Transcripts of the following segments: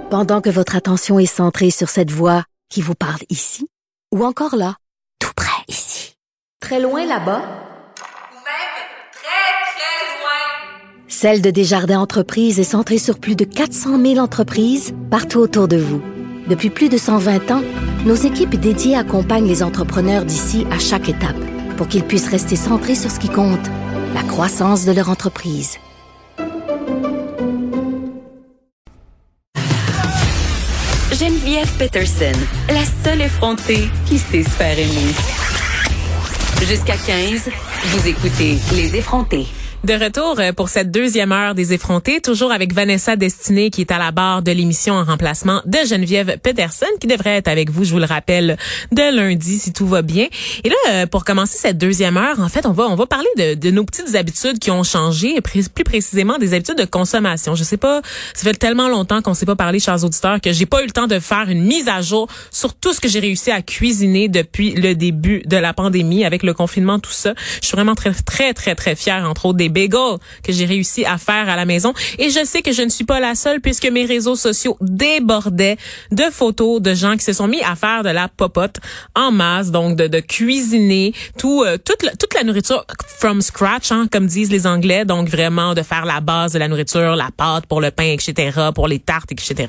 Pendant que votre attention est centrée sur cette voix qui vous parle ici, ou encore là, tout près ici, très loin là-bas, ou même très, très loin. Celle de Desjardins Entreprises est centrée sur plus de 400 000 entreprises partout autour de vous. Depuis plus de 120 ans, nos équipes dédiées accompagnent les entrepreneurs d'ici à chaque étape pour qu'ils puissent rester centrés sur ce qui compte, la croissance de leur entreprise. Geneviève Peterson, la seule effrontée qui sait se faire aimer. Jusqu'à 15, vous écoutez Les Effrontés. De retour pour cette deuxième heure des effrontés, toujours avec Vanessa Destinée qui est à la barre de l'émission en remplacement de Geneviève Peterson qui devrait être avec vous, je vous le rappelle, de lundi si tout va bien. Et là, pour commencer cette deuxième heure, en fait, on va parler de nos petites habitudes qui ont changé, plus précisément des habitudes de consommation. Je sais pas, ça fait tellement longtemps qu'on s'est pas parlé, chers auditeurs, que j'ai pas eu le temps de faire une mise à jour sur tout ce que j'ai réussi à cuisiner depuis le début de la pandémie avec le confinement, tout ça. Je suis vraiment très, très, très, très fière, entre autres, des bagels que j'ai réussi à faire à la maison. Et je sais que je ne suis pas la seule puisque mes réseaux sociaux débordaient de photos de gens qui se sont mis à faire de la popote en masse, donc de cuisiner toute la nourriture from scratch, comme disent les Anglais, donc vraiment de faire la base de la nourriture, la pâte pour le pain, etc., pour les tartes, etc.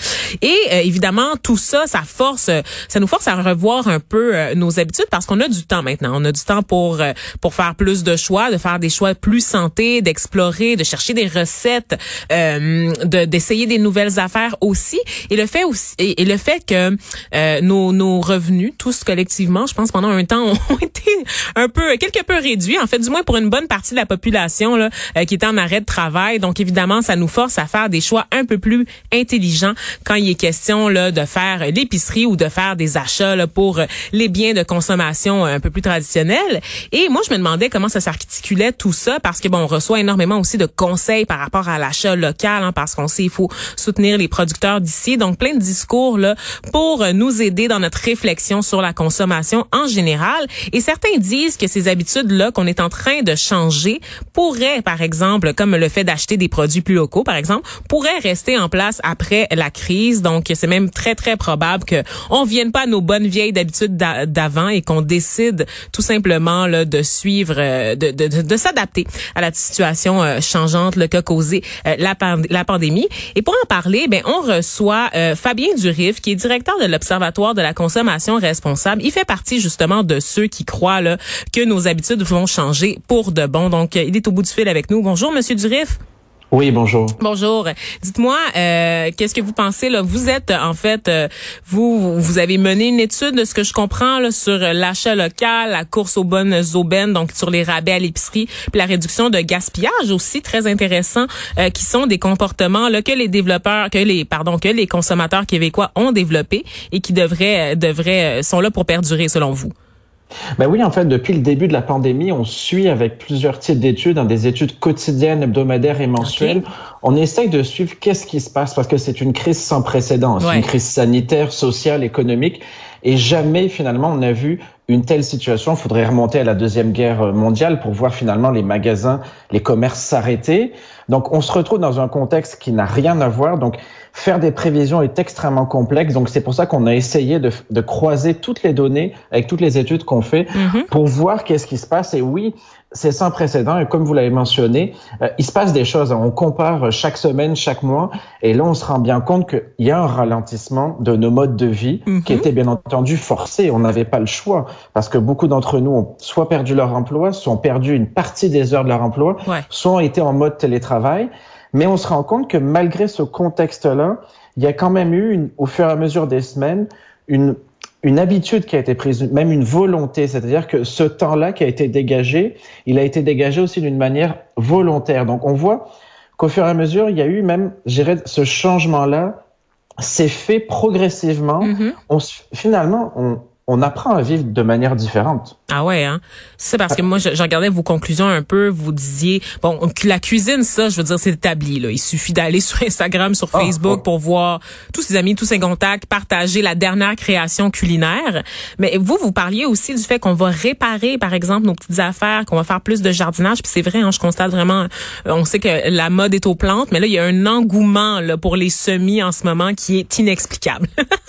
Et évidemment, tout ça, ça nous force à revoir un peu nos habitudes parce qu'on a du temps maintenant. On a du temps pour faire plus de choix, de faire des choix plus santé, d'explorer, de chercher des recettes, d'essayer des nouvelles affaires aussi. Et le fait que nos revenus, tous collectivement, je pense pendant un temps, ont été quelque peu réduits. En fait, du moins pour une bonne partie de la population là, qui était en arrêt de travail. Donc évidemment, ça nous force à faire des choix un peu plus intelligents quand il est question là de faire l'épicerie ou de faire des achats là, pour les biens de consommation un peu plus traditionnels. Et moi, je me demandais comment ça s'articulait tout ça parce que on reçoit énormément aussi de conseils par rapport à l'achat local, parce qu'on sait il faut soutenir les producteurs d'ici. Donc plein de discours là pour nous aider dans notre réflexion sur la consommation en général. Et certains disent que ces habitudes-là qu'on est en train de changer pourraient, par exemple, comme le fait d'acheter des produits plus locaux, par exemple, pourraient rester en place après la crise. Donc c'est même très très probable que on vienne pas à nos bonnes vieilles habitudes d'avant et qu'on décide tout simplement là de suivre, de s'adapter à la situation changeante qu'a causé la pandémie. Et pour en parler, on reçoit Fabien Durif, qui est directeur de l'Observatoire de la consommation responsable. Il fait partie justement de ceux qui croient là, que nos habitudes vont changer pour de bon. Donc, il est au bout du fil avec nous. Bonjour, Monsieur Durif. Oui, bonjour. Bonjour. Dites-moi, qu'est-ce que vous pensez là? Vous êtes en fait, vous avez mené une étude de ce que je comprends là sur l'achat local, la course aux bonnes aubaines, donc sur les rabais à l'épicerie, puis la réduction de gaspillage aussi très intéressant, qui sont des comportements là que les consommateurs québécois ont développés et qui sont là pour perdurer selon vous. Ben oui, en fait, depuis le début de la pandémie, on suit avec plusieurs types d'études, des études quotidiennes, hebdomadaires et mensuelles. Okay. On essaye de suivre qu'est-ce qui se passe parce que c'est une crise sans précédent. C'est une crise sanitaire, sociale, économique. Et jamais, finalement, on a vu une telle situation. Il faudrait remonter à la Deuxième Guerre mondiale pour voir finalement les magasins, les commerces s'arrêter. Donc, on se retrouve dans un contexte qui n'a rien à voir. Donc, faire des prévisions est extrêmement complexe. Donc, c'est pour ça qu'on a essayé de croiser toutes les données avec toutes les études qu'on fait pour voir qu'est-ce qui se passe. Et oui, c'est sans précédent. Et comme vous l'avez mentionné, il se passe des choses. On compare chaque semaine, chaque mois. Et là, on se rend bien compte qu'il y a un ralentissement de nos modes de vie qui était bien entendu forcé. On n'avait pas le choix parce que beaucoup d'entre nous ont soit perdu leur emploi, soit ont perdu une partie des heures de leur emploi, soit ont été en mode télétravail. Mais on se rend compte que malgré ce contexte-là, il y a quand même eu, au fur et à mesure des semaines, une habitude qui a été prise, même une volonté. C'est-à-dire que ce temps-là qui a été dégagé, il a été dégagé aussi d'une manière volontaire. Donc, on voit qu'au fur et à mesure, il y a eu même, je dirais, ce changement-là s'est fait progressivement. Finalement, on apprend à vivre de manière différente. Ah ouais, hein? C'est parce que moi, je regardais vos conclusions un peu, vous disiez, bon, la cuisine, ça, je veux dire, c'est établi, là. Il suffit d'aller sur Instagram, sur Facebook pour voir tous ses amis, tous ses contacts, partager la dernière création culinaire. Mais vous parliez aussi du fait qu'on va réparer, par exemple, nos petites affaires, qu'on va faire plus de jardinage. Puis c'est vrai, hein, je constate vraiment, on sait que la mode est aux plantes, mais là, il y a un engouement, là, pour les semis en ce moment qui est inexplicable.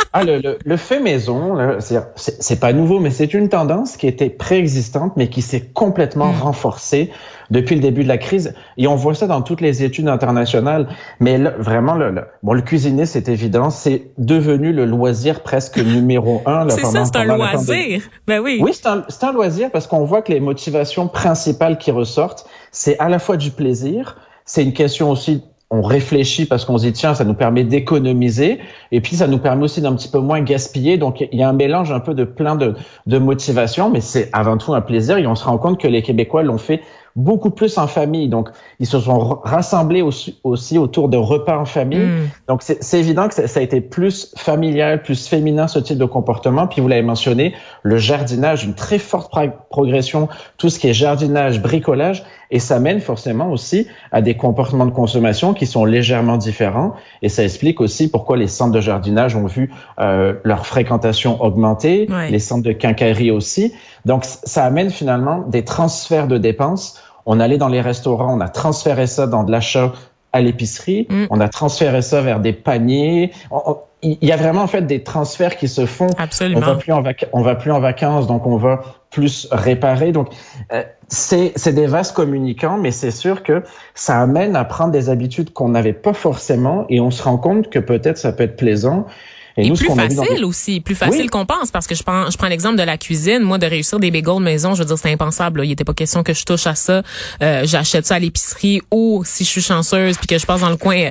Le fait maison, là, c'est pas nouveau, mais c'est une tendance qui était préexistante, mais qui s'est complètement renforcée depuis le début de la crise. Et on voit ça dans toutes les études internationales. Mais là, vraiment, le cuisiner, c'est évident, c'est devenu le loisir presque numéro 1. Là, c'est un loisir. Ben oui. Oui, c'est un loisir parce qu'on voit que les motivations principales qui ressortent, c'est à la fois du plaisir, c'est une question aussi. On réfléchit parce qu'on se dit, tiens, ça nous permet d'économiser et puis ça nous permet aussi d'un petit peu moins gaspiller. Donc, il y a un mélange un peu de plein de motivations, mais c'est avant tout un plaisir et on se rend compte que les Québécois l'ont fait beaucoup plus en famille. Donc, ils se sont rassemblés aussi autour de repas en famille. Donc, c'est évident que ça a été plus familial, plus féminin, ce type de comportement. Puis, vous l'avez mentionné, le jardinage, une très forte progression, tout ce qui est jardinage, bricolage. Et ça mène forcément aussi à des comportements de consommation qui sont légèrement différents. Et ça explique aussi pourquoi les centres de jardinage ont vu leur fréquentation augmenter, les centres de quincaillerie aussi. Donc, ça amène finalement des transferts de dépenses. On allait dans les restaurants, on a transféré ça dans de l'achat à l'épicerie, on a transféré ça vers des paniers. Il y a vraiment en fait des transferts qui se font. Absolument. On va plus en vacances, donc on va plus réparer. Donc c'est des vases communicants, mais c'est sûr que ça amène à prendre des habitudes qu'on n'avait pas forcément, et on se rend compte que peut-être ça peut être plaisant. Et nous, plus facile aussi, plus facile qu'on pense, parce que je prends l'exemple de la cuisine. Moi, de réussir des bagels maison, je veux dire, c'est impensable, là. Il était pas question que je touche à ça. J'achète ça à l'épicerie, ou si je suis chanceuse puis que je passe dans le coin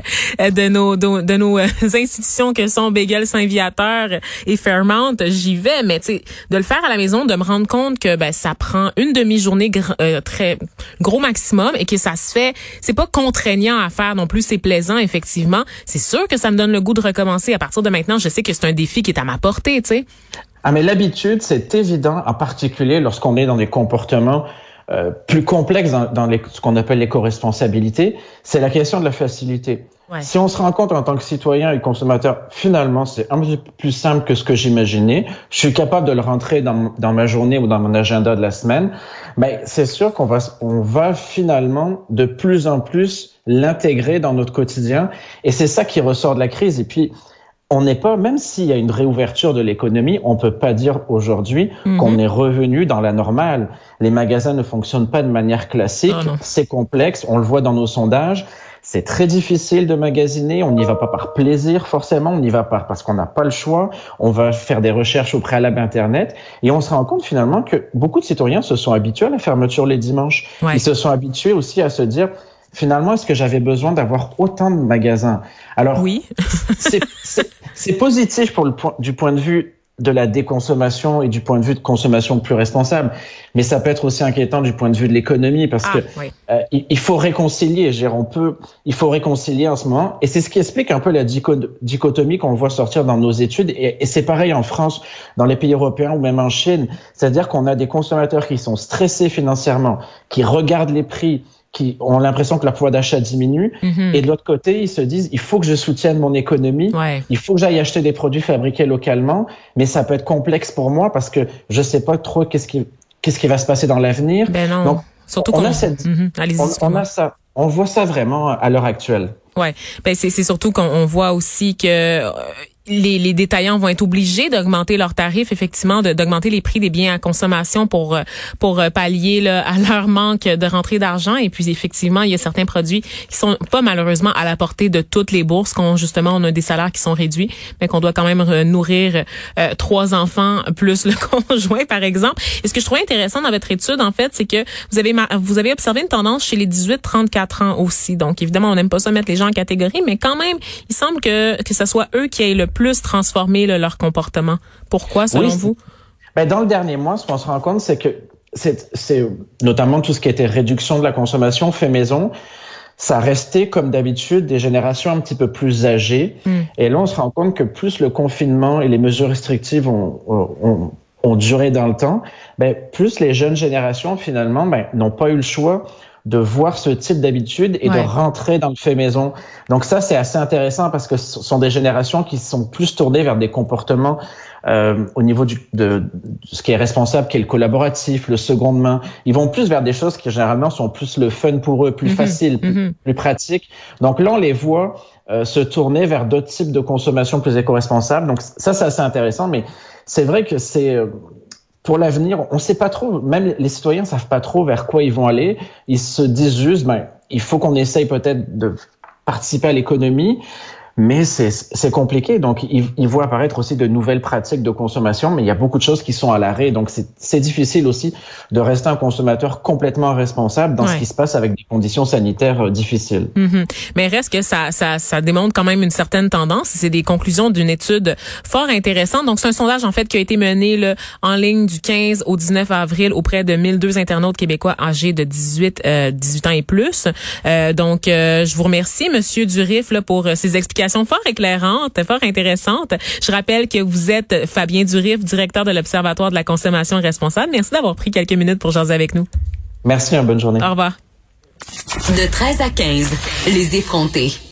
de nos institutions que sont Bagel Saint-Viateur et Fairmount, j'y vais. Mais tu sais, de le faire à la maison, de me rendre compte que ça prend une demi-journée très gros maximum et que ça se fait, c'est pas contraignant à faire non plus, c'est plaisant effectivement. C'est sûr que ça me donne le goût de recommencer. À partir de maintenant, je sais que c'est un défi qui est à ma portée, tu sais. Ah, mais l'habitude, c'est évident, en particulier lorsqu'on est dans des comportements plus complexes dans ce qu'on appelle l'éco-responsabilité, c'est la question de la facilité. Ouais. Si on se rend compte en tant que citoyen et consommateur, finalement, c'est un peu plus simple que ce que j'imaginais, je suis capable de le rentrer dans ma journée ou dans mon agenda de la semaine, mais c'est sûr qu'on va finalement de plus en plus l'intégrer dans notre quotidien, et c'est ça qui ressort de la crise. Et puis, on n'est pas, même s'il y a une réouverture de l'économie, on peut pas dire aujourd'hui qu'on est revenu dans la normale. Les magasins ne fonctionnent pas de manière classique, c'est complexe, on le voit dans nos sondages. C'est très difficile de magasiner, on n'y va pas par plaisir forcément, on y va parce qu'on n'a pas le choix, on va faire des recherches au préalable Internet, et on se rend compte finalement que beaucoup de citoyens se sont habitués à la fermeture les dimanches. Ouais. Ils se sont habitués aussi à se dire, finalement, est-ce que j'avais besoin d'avoir autant de magasins? Alors, oui. c'est positif du point de vue de la déconsommation et du point de vue de consommation plus responsable, mais ça peut être aussi inquiétant du point de vue de l'économie parce que il faut réconcilier. Il faut réconcilier en ce moment, et c'est ce qui explique un peu la dichotomie qu'on voit sortir dans nos études, et c'est pareil en France, dans les pays européens ou même en Chine. C'est-à-dire qu'on a des consommateurs qui sont stressés financièrement, qui regardent les prix, qui ont l'impression que leur pouvoir d'achat diminue, et de l'autre côté, ils se disent, il faut que je soutienne mon économie, il faut que j'aille acheter des produits fabriqués localement, mais ça peut être complexe pour moi parce que je sais pas trop qu'est-ce qui va se passer dans l'avenir. Ben non. Donc, surtout on a ça. On voit ça vraiment à l'heure actuelle. Ouais. Ben c'est surtout qu'on voit aussi que les détaillants vont être obligés d'augmenter leurs tarifs, effectivement, d'augmenter les prix des biens à consommation pour pallier là, à leur manque de rentrée d'argent. Et puis effectivement, il y a certains produits qui sont pas malheureusement à la portée de toutes les bourses, justement on a des salaires qui sont réduits, mais qu'on doit quand même nourrir 3 enfants plus le conjoint, par exemple. Et ce que je trouvais intéressant dans votre étude, en fait, c'est que vous avez observé une tendance chez les 18-34 ans aussi. Donc évidemment, on n'aime pas ça mettre les gens en catégorie, mais quand même, il semble que ce soit eux qui aient le plus transformer leur comportement. Pourquoi, selon vous? Ben, dans le dernier mois, ce qu'on se rend compte, c'est que c'est notamment tout ce qui était réduction de la consommation fait maison, ça restait comme d'habitude des générations un petit peu plus âgées. Et là, on se rend compte que plus le confinement et les mesures restrictives ont ont duré dans le temps, ben, plus les jeunes générations, finalement, ben, n'ont pas eu le choix de voir ce type d'habitude et de rentrer dans le fait maison. Donc ça, c'est assez intéressant parce que ce sont des générations qui sont plus tournées vers des comportements au niveau de ce qui est responsable, qui est le collaboratif, le seconde main. Ils vont plus vers des choses qui généralement sont plus le fun pour eux, plus facile, plus pratique. Donc là, on les voit se tourner vers d'autres types de consommation plus éco-responsables. Donc ça, c'est assez intéressant, mais c'est vrai que c'est... pour l'avenir, on sait pas trop, même les citoyens savent pas trop vers quoi ils vont aller. Ils se disent juste, ben, il faut qu'on essaye peut-être de participer à l'économie, mais c'est compliqué. Donc, ils voient apparaître aussi de nouvelles pratiques de consommation, mais il y a beaucoup de choses qui sont à l'arrêt. Donc, c'est difficile aussi de rester un consommateur complètement responsable dans ce qui se passe avec des conditions sanitaires difficiles. Mais reste que ça démontre quand même une certaine tendance. C'est des conclusions d'une étude fort intéressante. Donc, c'est un sondage, en fait, qui a été mené là, en ligne du 15 au 19 avril auprès de 1002 internautes québécois âgés de 18 ans et plus. Donc, je vous remercie, Monsieur Durif, là, pour ces explications fort éclairantes, fort intéressantes. Je rappelle que vous êtes Fabien Durif, directeur de l'Observatoire de la consommation responsable. Merci d'avoir pris quelques minutes pour jaser avec nous. Merci, bonne journée. Au revoir. De 13 à 15, les effrontés.